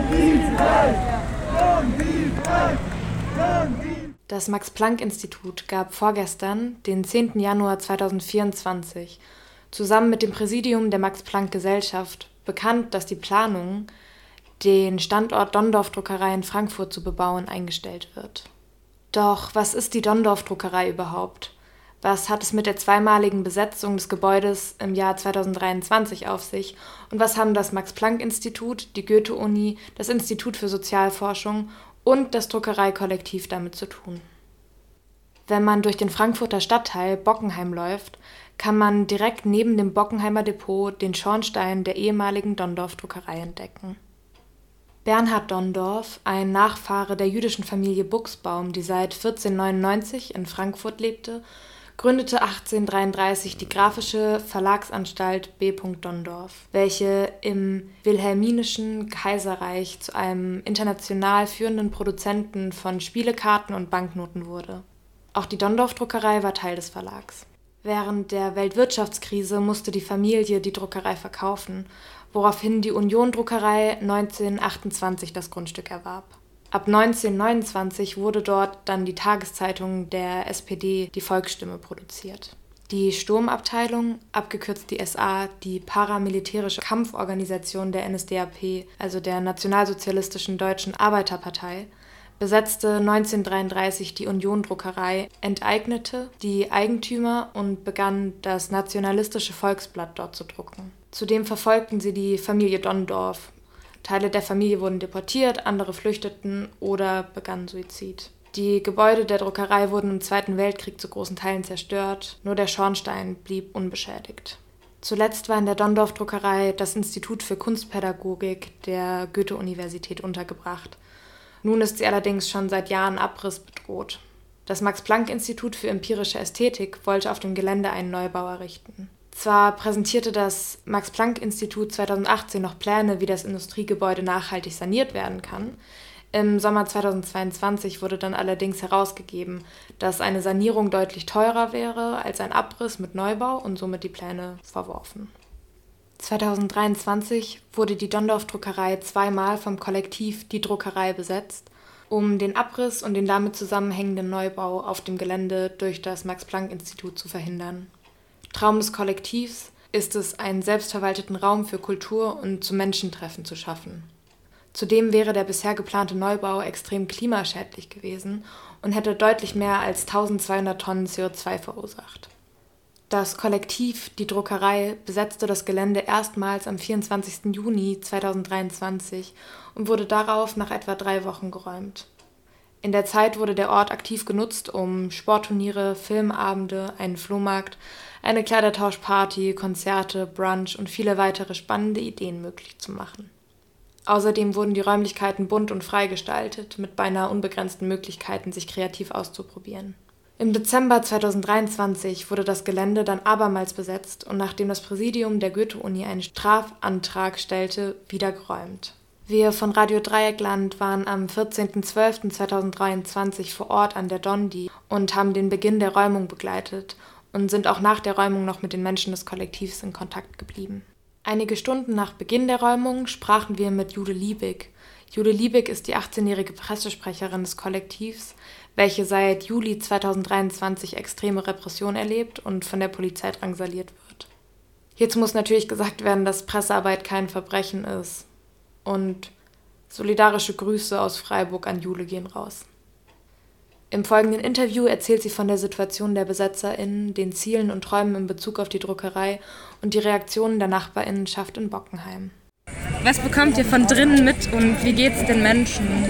Das Max-Planck-Institut gab vorgestern, den 10. Januar 2024, zusammen mit dem Präsidium der Max-Planck-Gesellschaft bekannt, dass die Planung, den Standort Donndorf-Druckerei in Frankfurt zu bebauen, eingestellt wird. Doch was ist die Donndorf-Druckerei überhaupt? Was hat es mit der zweimaligen Besetzung des Gebäudes im Jahr 2023 auf sich? Und was haben das Max-Planck-Institut, die Goethe-Uni, das Institut für Sozialforschung und das Druckereikollektiv damit zu tun? Wenn man durch den Frankfurter Stadtteil Bockenheim läuft, kann man direkt neben dem Bockenheimer Depot den Schornstein der ehemaligen Donndorf-Druckerei entdecken. Bernhard Donndorf, ein Nachfahre der jüdischen Familie Buchsbaum, die seit 1499 in Frankfurt lebte, gründete 1833 die grafische Verlagsanstalt B. Donndorf, welche im Wilhelminischen Kaiserreich zu einem international führenden Produzenten von Spielekarten und Banknoten wurde. Auch die Donndorf-Druckerei war Teil des Verlags. Während der Weltwirtschaftskrise musste die Familie die Druckerei verkaufen, woraufhin die Union-Druckerei 1928 das Grundstück erwarb. Ab 1929 wurde dort dann die Tageszeitung der SPD, die Volksstimme, produziert. Die Sturmabteilung, abgekürzt die SA, die paramilitärische Kampforganisation der NSDAP, also der Nationalsozialistischen Deutschen Arbeiterpartei, besetzte 1933 die Union-Druckerei, enteignete die Eigentümer und begann das Nationalistische Volksblatt dort zu drucken. Zudem verfolgten sie die Familie Donndorf. Teile der Familie wurden deportiert, andere flüchteten oder begannen Suizid. Die Gebäude der Druckerei wurden im Zweiten Weltkrieg zu großen Teilen zerstört, nur der Schornstein blieb unbeschädigt. Zuletzt war in der Donndorf-Druckerei das Institut für Kunstpädagogik der Goethe-Universität untergebracht. Nun ist sie allerdings schon seit Jahren abrissbedroht. Das Max-Planck-Institut für empirische Ästhetik wollte auf dem Gelände einen Neubau errichten. Zwar präsentierte das Max-Planck-Institut 2018 noch Pläne, wie das Industriegebäude nachhaltig saniert werden kann. Im Sommer 2022 wurde dann allerdings herausgegeben, dass eine Sanierung deutlich teurer wäre als ein Abriss mit Neubau und somit die Pläne verworfen. 2023 wurde die Donndorf-Druckerei zweimal vom Kollektiv Die Druckerei besetzt, um den Abriss und den damit zusammenhängenden Neubau auf dem Gelände durch das Max-Planck-Institut zu verhindern. Traum des Kollektivs ist es, einen selbstverwalteten Raum für Kultur und zum Menschentreffen zu schaffen. Zudem wäre der bisher geplante Neubau extrem klimaschädlich gewesen und hätte deutlich mehr als 1200 Tonnen CO2 verursacht. Das Kollektiv Die Druckerei besetzte das Gelände erstmals am 24. Juni 2023 und wurde darauf nach etwa 3 Wochen geräumt. In der Zeit wurde der Ort aktiv genutzt, um Sportturniere, Filmabende, einen Flohmarkt, eine Kleidertauschparty, Konzerte, Brunch und viele weitere spannende Ideen möglich zu machen. Außerdem wurden die Räumlichkeiten bunt und frei gestaltet, mit beinahe unbegrenzten Möglichkeiten, sich kreativ auszuprobieren. Im Dezember 2023 wurde das Gelände dann abermals besetzt und nachdem das Präsidium der Goethe-Uni einen Strafantrag stellte, wieder geräumt. Wir von Radio Dreieckland waren am 14.12.2023 vor Ort an der Dondi und haben den Beginn der Räumung begleitet und sind auch nach der Räumung noch mit den Menschen des Kollektivs in Kontakt geblieben. Einige Stunden nach Beginn der Räumung sprachen wir mit Jude Liebig. Jude Liebig ist die 18-jährige Pressesprecherin des Kollektivs, welche seit Juli 2023 extreme Repression erlebt und von der Polizei drangsaliert wird. Hierzu muss natürlich gesagt werden, dass Pressearbeit kein Verbrechen ist. Und solidarische Grüße aus Freiburg an Jule gehen raus. Im folgenden Interview erzählt sie von der Situation der BesetzerInnen, den Zielen und Träumen in Bezug auf die Druckerei und die Reaktionen der NachbarInnenschaft in Bockenheim. Was bekommt ihr von drinnen mit und wie geht's den Menschen?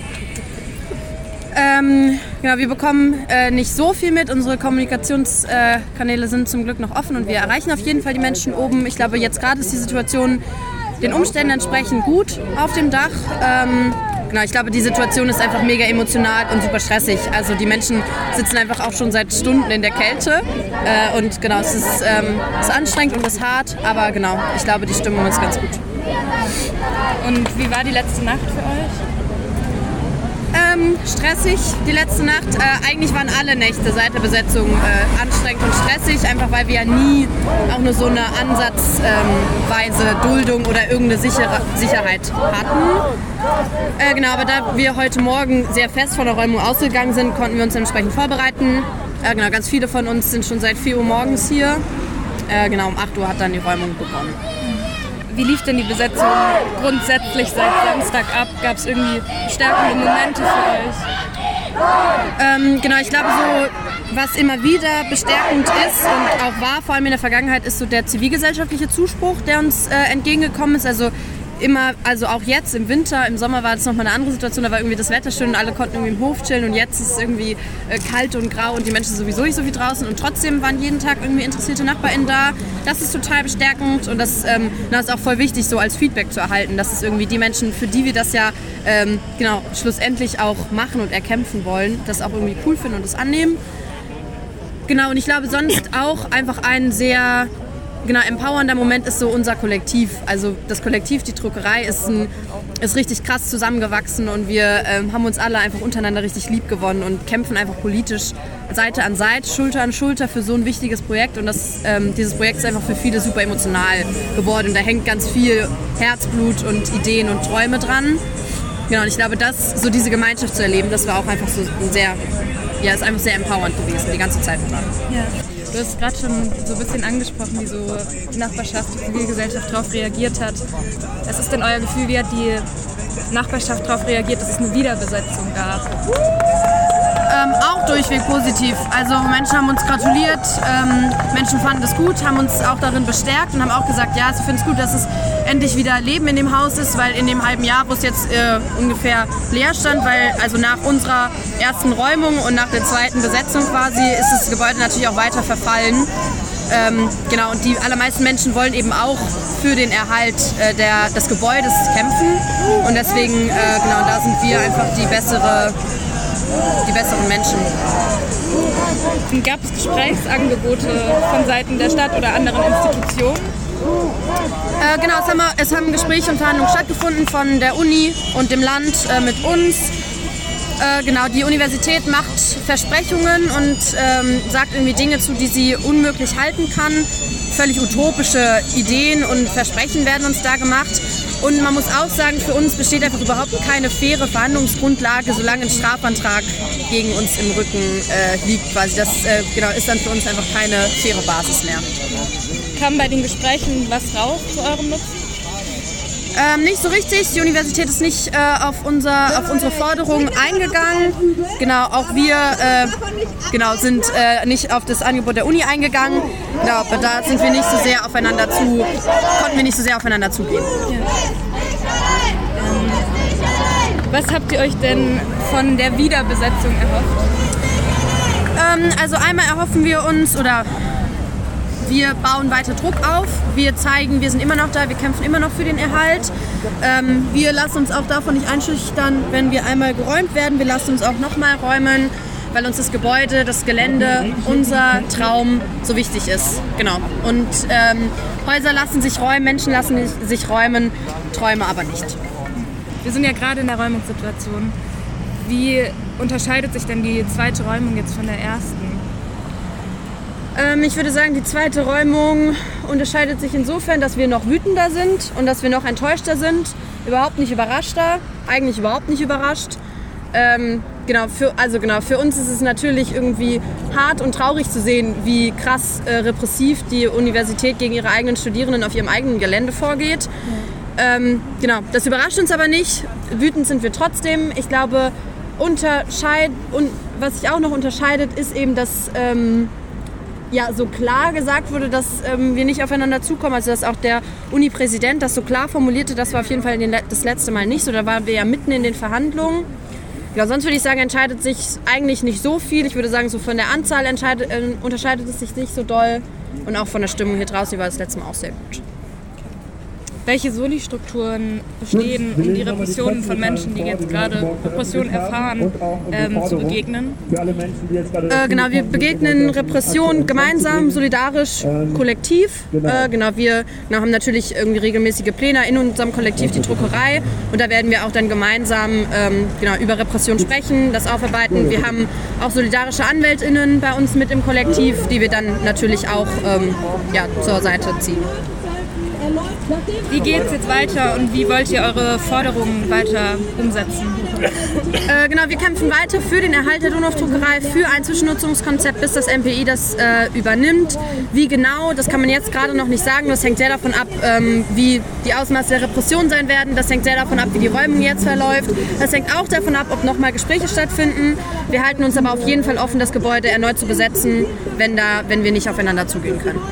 Genau, wir bekommen nicht so viel mit. Unsere Kommunikationskanäle sind zum Glück noch offen und wir erreichen auf jeden Fall die Menschen oben. Ich glaube, jetzt gerade ist die Situation den Umständen entsprechend gut auf dem Dach. Genau, ich glaube, die Situation ist einfach mega emotional und super stressig. Also die Menschen sitzen einfach auch schon seit Stunden in der Kälte. Und genau, es ist anstrengend und es ist hart, aber genau, ich glaube, die Stimmung ist ganz gut. Und wie war die letzte Nacht für euch? Stressig die letzte Nacht. Eigentlich waren alle Nächte seit der Besetzung anstrengend und stressig, einfach weil wir ja nie auch nur so eine ansatzweise Duldung oder irgendeine Sicherheit hatten. Genau, aber da wir heute Morgen sehr fest von der Räumung ausgegangen sind, konnten wir uns entsprechend vorbereiten. Genau, ganz viele von uns sind schon seit 4 Uhr morgens hier. Genau, um 8 Uhr hat dann die Räumung begonnen. Wie lief denn die Besetzung grundsätzlich seit Samstag ab? Gab es irgendwie stärkende Momente für euch? Genau, ich glaube so, was immer wieder bestärkend ist und auch war, vor allem in der Vergangenheit, ist so der zivilgesellschaftliche Zuspruch, der uns entgegengekommen ist. Also auch jetzt im Winter, im Sommer war das nochmal eine andere Situation, da war irgendwie das Wetter schön und alle konnten irgendwie im Hof chillen und jetzt ist es irgendwie kalt und grau und die Menschen sowieso nicht so viel draußen und trotzdem waren jeden Tag irgendwie interessierte NachbarInnen da. Das ist total bestärkend und das ist auch voll wichtig, so als Feedback zu erhalten, dass es irgendwie die Menschen, für die wir das ja schlussendlich auch machen und erkämpfen wollen, das auch irgendwie cool finden und das annehmen. Genau, und ich glaube sonst auch einfach ein sehr empowernder Moment ist so unser Kollektiv. Also das Kollektiv, die Druckerei, ist richtig krass zusammengewachsen und wir haben uns alle einfach untereinander richtig lieb gewonnen und kämpfen einfach politisch Seite an Seite, Schulter an Schulter für so ein wichtiges Projekt und dieses Projekt ist einfach für viele super emotional geworden und da hängt ganz viel Herzblut und Ideen und Träume dran. Genau, und ich glaube, diese Gemeinschaft zu erleben, das war auch einfach so ist einfach sehr empowernd gewesen, die ganze Zeit über. Ja. Du hast gerade schon so ein bisschen angesprochen, wie so die Nachbarschaft, die Zivilgesellschaft darauf reagiert hat. Was ist denn euer Gefühl, wie hat die Nachbarschaft darauf reagiert, dass es eine Wiederbesetzung gab? Auch durchweg positiv. Also Menschen haben uns gratuliert, Menschen fanden es gut, haben uns auch darin bestärkt und haben auch gesagt, ja, sie finden es gut, dass es endlich wieder Leben in dem Haus ist, weil in dem halben Jahr, wo es jetzt ungefähr leer stand, also nach unserer ersten Räumung und nach der zweiten Besetzung quasi, ist das Gebäude natürlich auch weiter verfallen. Genau, und die allermeisten Menschen wollen eben auch für den Erhalt des Gebäudes kämpfen und deswegen, da sind wir einfach die besseren Menschen. Gab es Gesprächsangebote von Seiten der Stadt oder anderen Institutionen? Genau, es haben Gespräche und Verhandlungen stattgefunden von der Uni und dem Land mit uns. Genau, die Universität macht Versprechungen und sagt irgendwie Dinge zu, die sie unmöglich halten kann. Völlig utopische Ideen und Versprechen werden uns da gemacht. Und man muss auch sagen, für uns besteht einfach überhaupt keine faire Verhandlungsgrundlage, solange ein Strafantrag gegen uns im Rücken liegt. Quasi. Das ist dann für uns einfach keine faire Basis mehr. Kam bei den Gesprächen was raus zu eurem Nutzen? Nicht so richtig. Die Universität ist nicht auf unsere Forderungen eingegangen. Genau, auch wir sind nicht auf das Angebot der Uni eingegangen. Genau, aber da sind wir nicht so sehr konnten wir nicht so sehr aufeinander zugehen. Ja. Was habt ihr euch denn von der Wiederbesetzung erhofft? Also einmal erhoffen wir uns, wir bauen weiter Druck auf, wir zeigen, wir sind immer noch da, wir kämpfen immer noch für den Erhalt. Wir lassen uns auch davon nicht einschüchtern, wenn wir einmal geräumt werden. Wir lassen uns auch nochmal räumen, weil uns das Gebäude, das Gelände, unser Traum so wichtig ist. Genau. Und Häuser lassen sich räumen, Menschen lassen sich räumen, Träume aber nicht. Wir sind ja gerade in der Räumungssituation. Wie unterscheidet sich denn die zweite Räumung jetzt von der ersten? Ich würde sagen, die zweite Räumung unterscheidet sich insofern, dass wir noch wütender sind und dass wir noch enttäuschter sind. Überhaupt nicht überraschter, eigentlich überhaupt nicht überrascht. Für uns ist es natürlich irgendwie hart und traurig zu sehen, wie krass repressiv die Universität gegen ihre eigenen Studierenden auf ihrem eigenen Gelände vorgeht. Das überrascht uns aber nicht. Wütend sind wir trotzdem. Ich glaube, was sich auch noch unterscheidet, ist eben, dass so klar gesagt wurde, dass wir nicht aufeinander zukommen. Also dass auch der Uni-Präsident das so klar formulierte, das war auf jeden Fall das letzte Mal nicht so. Da waren wir ja mitten in den Verhandlungen. Ja, sonst würde ich sagen, entscheidet sich eigentlich nicht so viel. Ich würde sagen, so von der Anzahl unterscheidet es sich nicht so doll. Und auch von der Stimmung hier draußen war das letzte Mal auch sehr gut. Welche Soli-Strukturen bestehen, um die Repressionen von Menschen, die jetzt gerade Repression erfahren, zu begegnen? Genau, wir begegnen Repression gemeinsam, solidarisch, kollektiv. Wir haben natürlich irgendwie regelmäßige Pläne in unserem Kollektiv, die Druckerei. Und da werden wir auch dann gemeinsam über Repression sprechen, das aufarbeiten. Wir haben auch solidarische AnwältInnen bei uns mit im Kollektiv, die wir dann natürlich auch zur Seite ziehen. Wie geht es jetzt weiter und wie wollt ihr eure Forderungen weiter umsetzen? Wir kämpfen weiter für den Erhalt der Donau-Druckerei, für ein Zwischennutzungskonzept, bis das MPI das übernimmt. Wie genau, das kann man jetzt gerade noch nicht sagen. Das hängt sehr davon ab, wie die Ausmaße der Repression sein werden. Das hängt sehr davon ab, wie die Räumung jetzt verläuft. Das hängt auch davon ab, ob nochmal Gespräche stattfinden. Wir halten uns aber auf jeden Fall offen, das Gebäude erneut zu besetzen, wenn wir nicht aufeinander zugehen können.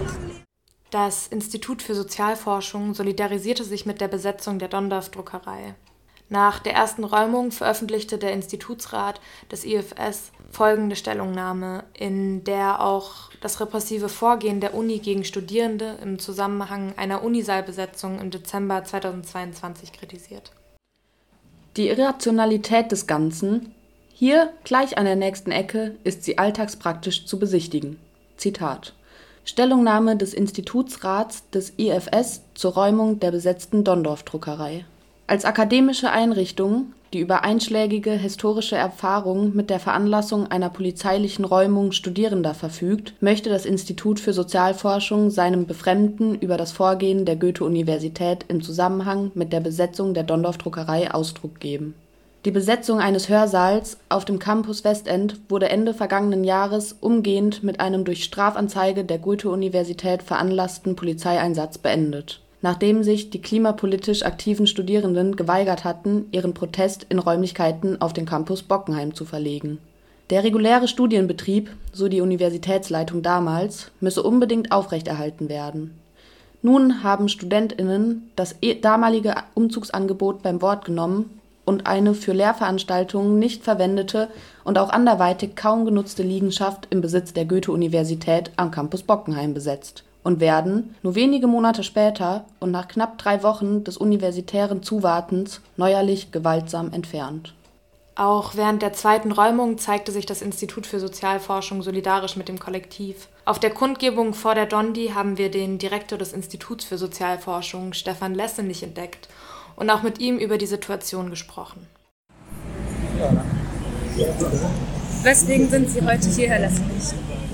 Das Institut für Sozialforschung solidarisierte sich mit der Besetzung der Donndorf-Druckerei. Nach der ersten Räumung veröffentlichte der Institutsrat des IFS folgende Stellungnahme, in der auch das repressive Vorgehen der Uni gegen Studierende im Zusammenhang einer Unisaalbesetzung im Dezember 2022 kritisiert. Die Irrationalität des Ganzen, hier gleich an der nächsten Ecke, ist sie alltagspraktisch zu besichtigen. Zitat. Stellungnahme des Institutsrats des IFS zur Räumung der besetzten Donndorf-Druckerei. Als akademische Einrichtung, die über einschlägige historische Erfahrung mit der Veranlassung einer polizeilichen Räumung Studierender verfügt, möchte das Institut für Sozialforschung seinem Befremden über das Vorgehen der Goethe-Universität im Zusammenhang mit der Besetzung der Donndorf-Druckerei Ausdruck geben. Die Besetzung eines Hörsaals auf dem Campus Westend wurde Ende vergangenen Jahres umgehend mit einem durch Strafanzeige der Goethe-Universität veranlassten Polizeieinsatz beendet, nachdem sich die klimapolitisch aktiven Studierenden geweigert hatten, ihren Protest in Räumlichkeiten auf den Campus Bockenheim zu verlegen. Der reguläre Studienbetrieb, so die Universitätsleitung damals, müsse unbedingt aufrechterhalten werden. Nun haben StudentInnen das damalige Umzugsangebot beim Wort genommen und eine für Lehrveranstaltungen nicht verwendete und auch anderweitig kaum genutzte Liegenschaft im Besitz der Goethe-Universität am Campus Bockenheim besetzt und werden, nur wenige Monate später und nach knapp 3 Wochen des universitären Zuwartens, neuerlich gewaltsam entfernt. Auch während der zweiten Räumung zeigte sich das Institut für Sozialforschung solidarisch mit dem Kollektiv. Auf der Kundgebung vor der Dondi haben wir den Direktor des Instituts für Sozialforschung, Stefan Lessenich, entdeckt und auch mit ihm über die Situation gesprochen. Weswegen sind Sie heute hier, Herr Lessenich?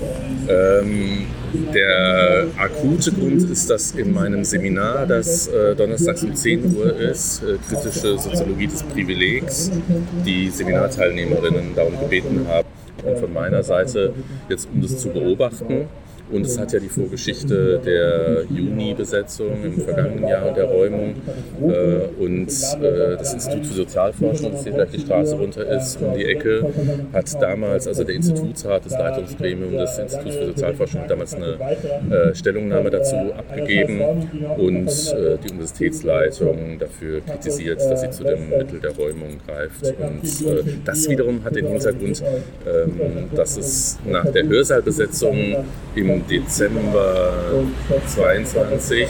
Der akute Grund ist, dass in meinem Seminar, das donnerstags um 10 Uhr ist, kritische Soziologie des Privilegs, die Seminarteilnehmerinnen darum gebeten haben, von meiner Seite jetzt um das zu beobachten. Und es hat ja die Vorgeschichte der Juni-Besetzung im vergangenen Jahr und der Räumung. Und das Institut für Sozialforschung, das hier gleich die Straße runter ist, um die Ecke, hat damals, also der Institutsrat, das Leitungsgremium des Instituts für Sozialforschung, hat damals eine Stellungnahme dazu abgegeben und die Universitätsleitung dafür kritisiert, dass sie zu dem Mittel der Räumung greift. Und das wiederum hat den Hintergrund, dass es nach der Hörsaalbesetzung im Dezember 2022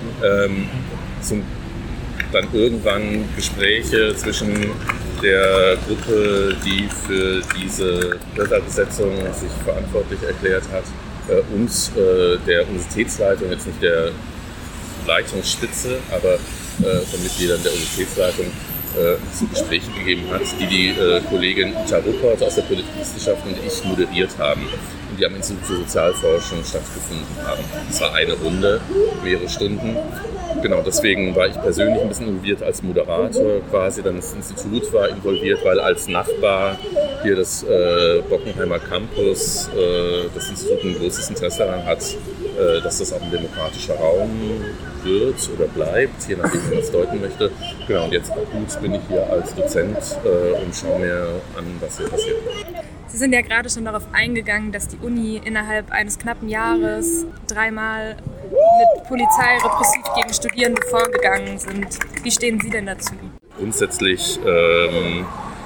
dann irgendwann Gespräche zwischen der Gruppe, die für diese Hörsaalbesetzung sich verantwortlich erklärt hat, und der Universitätsleitung, jetzt nicht der Leitungsspitze, aber von Mitgliedern der Universitätsleitung, Gespräche gegeben hat, die Kollegin Uta Ruppert aus der Politikwissenschaft und ich moderiert haben. Die am Institut für Sozialforschung stattgefunden haben. Es war eine Runde, mehrere Stunden. Genau, deswegen war ich persönlich ein bisschen involviert als Moderator quasi. Dann das Institut war involviert, weil als Nachbar hier das Bockenheimer Campus das Institut ein großes Interesse daran hat, dass das auch ein demokratischer Raum wird oder bleibt, je nachdem, wie man es deuten möchte. Genau, und jetzt akut bin ich hier als Dozent und schaue mir an, was hier passiert. Sie sind ja gerade schon darauf eingegangen, dass die Uni innerhalb eines knappen Jahres 3-mal mit Polizei repressiv gegen Studierende vorgegangen sind. Wie stehen Sie denn dazu? Grundsätzlich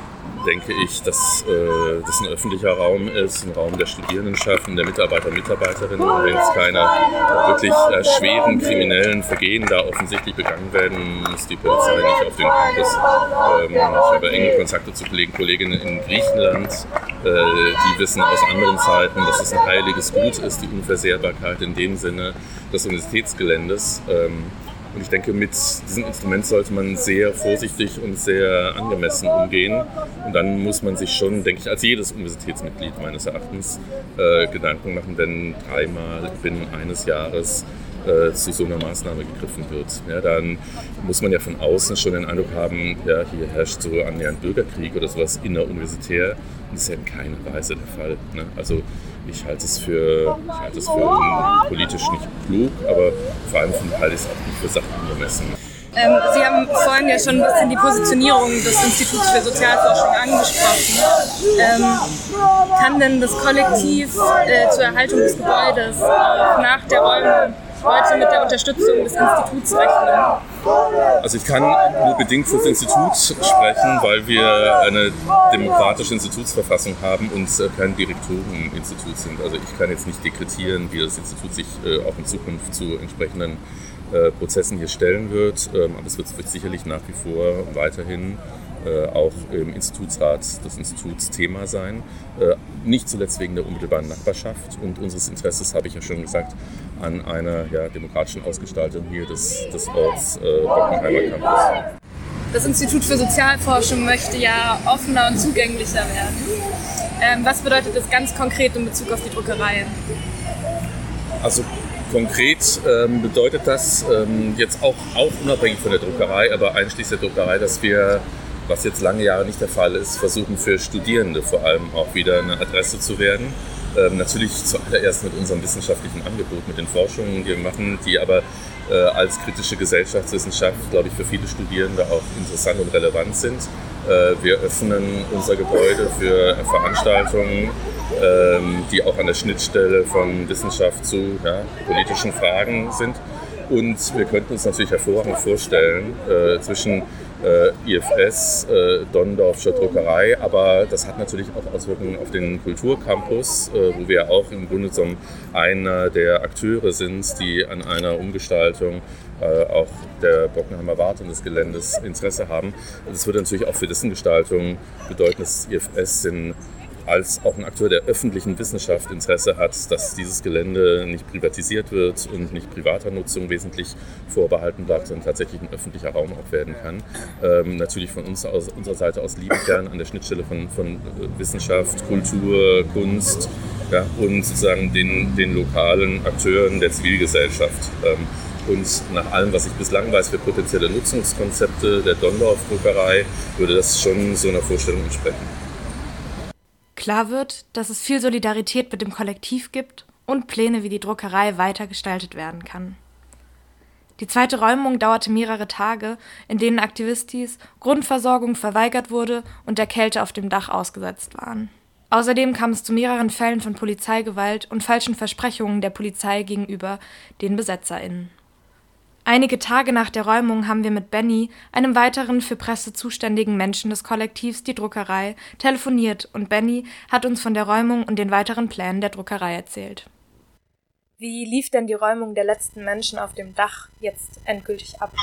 denke ich, dass das ein öffentlicher Raum ist, ein Raum der Studierendenschaft, der Mitarbeiter und Mitarbeiterinnen. Und wenn es keine wirklich schweren kriminellen Vergehen da offensichtlich begangen werden, muss die Polizei nicht auf den Campus. Ich habe enge Kontakte zu Kolleginnen in Griechenland, die wissen aus anderen Zeiten, dass es ein heiliges Gut ist, die Unversehrbarkeit in dem Sinne des Universitätsgeländes. Und ich denke, mit diesem Instrument sollte man sehr vorsichtig und sehr angemessen umgehen. Und dann muss man sich schon, denke ich, als jedes Universitätsmitglied meines Erachtens Gedanken machen, wenn 3-mal binnen eines Jahres zu so einer Maßnahme gegriffen wird. Ja, dann muss man ja von außen schon den Eindruck haben, ja, hier herrscht so annähernd Bürgerkrieg oder sowas inneruniversitär. Und das ist ja in keiner Weise der Fall. Ne? Also ich halte es für politisch nicht klug, aber vor allem halte ich es auch nicht für sachangemessen. Sie haben vorhin ja schon ein bisschen die Positionierung des Instituts für Sozialforschung angesprochen. Kann denn das Kollektiv zur Erhaltung des Gebäudes auch nach der Räumung heute mit der Unterstützung des Instituts rechnen? Also ich kann nur bedingt für das Institut sprechen, weil wir eine demokratische Institutsverfassung haben und kein Direktoreninstitut sind. Also ich kann jetzt nicht dekretieren, wie das Institut sich auch in Zukunft zu entsprechenden Prozessen hier stellen wird. Aber es wird sicherlich nach wie vor weiterhin auch im Institutsrat des Instituts Thema sein. Nicht zuletzt wegen der unmittelbaren Nachbarschaft und unseres Interesses, habe ich ja schon gesagt, an einer demokratischen Ausgestaltung hier des Orts Bockenheimer Campus. Das Institut für Sozialforschung möchte ja offener und zugänglicher werden. Was bedeutet das ganz konkret in Bezug auf die Druckerei? Also konkret bedeutet das jetzt auch unabhängig von der Druckerei, aber einschließlich der Druckerei, dass wir, was jetzt lange Jahre nicht der Fall ist, versuchen für Studierende vor allem auch wieder eine Adresse zu werden. Natürlich zuallererst mit unserem wissenschaftlichen Angebot, mit den Forschungen, die wir machen, die aber als kritische Gesellschaftswissenschaft, glaube ich, für viele Studierende auch interessant und relevant sind. Wir öffnen unser Gebäude für Veranstaltungen, die auch an der Schnittstelle von Wissenschaft zu politischen Fragen sind. Und wir könnten uns natürlich hervorragend vorstellen, zwischen IFS, Donndorfscher Druckerei, aber das hat natürlich auch Auswirkungen auf den Kulturcampus, wo wir auch im Grunde genommen einer der Akteure sind, die an einer Umgestaltung auch der Bockenheimer Warte und des Geländes Interesse haben. Das würde natürlich auch für dessen Gestaltung bedeuten, dass IFS als auch ein Akteur der öffentlichen Wissenschaft Interesse hat, dass dieses Gelände nicht privatisiert wird und nicht privater Nutzung wesentlich vorbehalten bleibt, sondern tatsächlich ein öffentlicher Raum auch werden kann. Natürlich von unserer Seite aus liebend gern an der Schnittstelle von Wissenschaft, Kultur, Kunst und sozusagen den lokalen Akteuren der Zivilgesellschaft. Und nach allem, was ich bislang weiß für potenzielle Nutzungskonzepte der Donndorf-Druckerei, würde das schon so einer Vorstellung entsprechen. Klar wird, dass es viel Solidarität mit dem Kollektiv gibt und Pläne, wie die Druckerei weiter gestaltet werden kann. Die zweite Räumung dauerte mehrere Tage, in denen Aktivistis Grundversorgung verweigert wurde und der Kälte auf dem Dach ausgesetzt waren. Außerdem kam es zu mehreren Fällen von Polizeigewalt und falschen Versprechungen der Polizei gegenüber den BesetzerInnen. Einige Tage nach der Räumung haben wir mit Benny, einem weiteren für Presse zuständigen Menschen des Kollektivs Die Druckerei, telefoniert und Benny hat uns von der Räumung und den weiteren Plänen der Druckerei erzählt. Wie lief denn die Räumung der letzten Menschen auf dem Dach jetzt endgültig ab?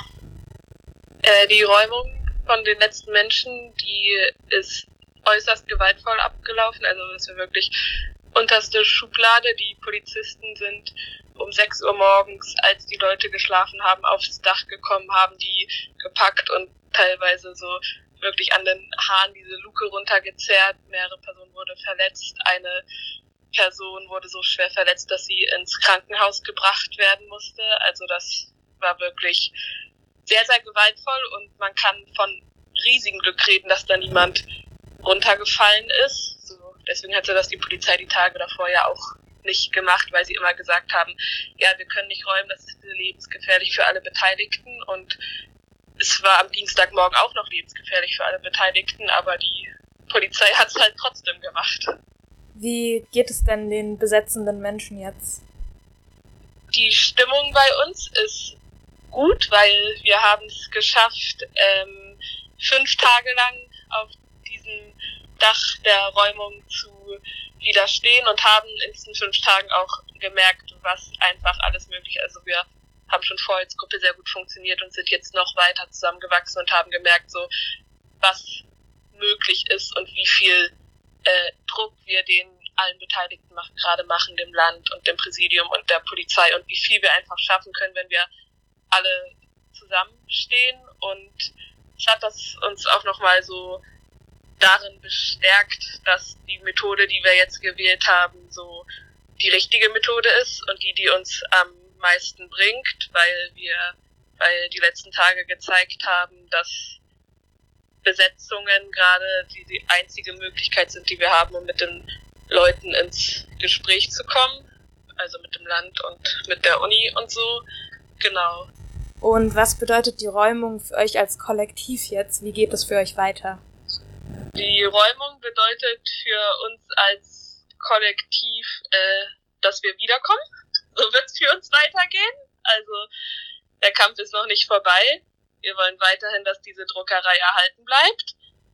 Die Räumung von den letzten Menschen, die ist äußerst gewaltvoll abgelaufen, also das ist wirklich unterste Schublade. Die Polizisten sind um 6 Uhr morgens, als die Leute geschlafen haben, aufs Dach gekommen, haben die gepackt und teilweise so wirklich an den Haaren diese Luke runtergezerrt. Mehrere Personen wurden verletzt. Eine Person wurde so schwer verletzt, dass sie ins Krankenhaus gebracht werden musste. Also das war wirklich sehr, sehr gewaltvoll und man kann von riesigem Glück reden, dass da niemand runtergefallen ist. So, deswegen hatte das die Polizei die Tage davor ja auch nicht gemacht, weil sie immer gesagt haben, ja, wir können nicht räumen, das ist lebensgefährlich für alle Beteiligten, und es war am Dienstagmorgen auch noch lebensgefährlich für alle Beteiligten, aber die Polizei hat es halt trotzdem gemacht. Wie geht es denn den besetzenden Menschen jetzt? Die Stimmung bei uns ist gut, weil wir haben es geschafft, 5 Tage lang auf diesem Dach der Räumung zu widerstehen und haben in diesen 5 Tagen auch gemerkt, was einfach alles möglich ist. Also wir haben schon vorher als Gruppe sehr gut funktioniert und sind jetzt noch weiter zusammengewachsen und haben gemerkt, so was möglich ist und wie viel Druck wir den allen Beteiligten gerade machen, dem Land und dem Präsidium und der Polizei und wie viel wir einfach schaffen können, wenn wir alle zusammenstehen. Und es hat das uns auch nochmal so darin bestärkt, dass die Methode, die wir jetzt gewählt haben, so die richtige Methode ist und die uns am meisten bringt, weil die letzten Tage gezeigt haben, dass Besetzungen gerade die einzige Möglichkeit sind, die wir haben, um mit den Leuten ins Gespräch zu kommen, also mit dem Land und mit der Uni und so, genau. Und was bedeutet die Räumung für euch als Kollektiv jetzt? Wie geht es für euch weiter? Die Räumung bedeutet für uns als Kollektiv, dass wir wiederkommen. So wird es für uns weitergehen. Also der Kampf ist noch nicht vorbei. Wir wollen weiterhin, dass diese Druckerei erhalten bleibt.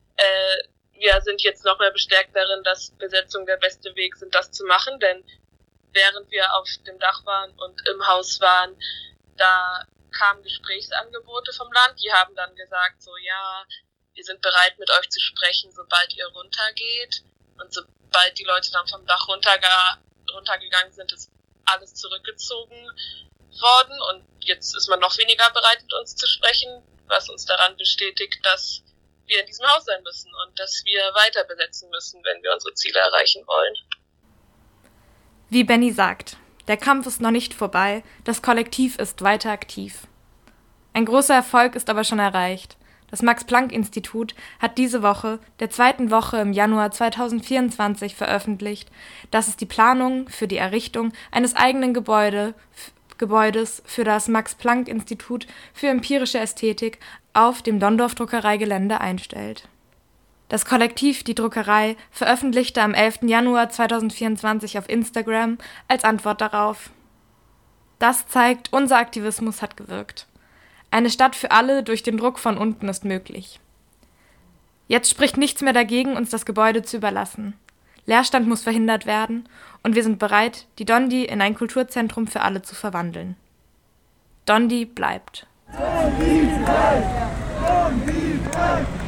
Wir sind jetzt noch mehr bestärkt darin, dass Besetzung der beste Weg sind, das zu machen. Denn während wir auf dem Dach waren und im Haus waren, da kamen Gesprächsangebote vom Land. Die haben dann gesagt, so ja, wir sind bereit, mit euch zu sprechen, sobald ihr runtergeht. Und sobald die Leute dann vom Dach runtergegangen sind, ist alles zurückgezogen worden. Und jetzt ist man noch weniger bereit, mit uns zu sprechen, was uns daran bestätigt, dass wir in diesem Haus sein müssen und dass wir weiter besetzen müssen, wenn wir unsere Ziele erreichen wollen. Wie Benny sagt, der Kampf ist noch nicht vorbei, das Kollektiv ist weiter aktiv. Ein großer Erfolg ist aber schon erreicht. Das Max-Planck-Institut hat diese Woche, der 2. Woche im Januar 2024, veröffentlicht, dass es die Planung für die Errichtung eines eigenen Gebäudes für das Max-Planck-Institut für empirische Ästhetik auf dem Donndorf-Druckereigelände einstellt. Das Kollektiv Die Druckerei veröffentlichte am 11. Januar 2024 auf Instagram als Antwort darauf: Das zeigt, unser Aktivismus hat gewirkt. Eine Stadt für alle durch den Druck von unten ist möglich. Jetzt spricht nichts mehr dagegen, uns das Gebäude zu überlassen. Leerstand muss verhindert werden und wir sind bereit, die Dondi in ein Kulturzentrum für alle zu verwandeln. Dondi bleibt. Dondi bleibt! Dondi bleibt!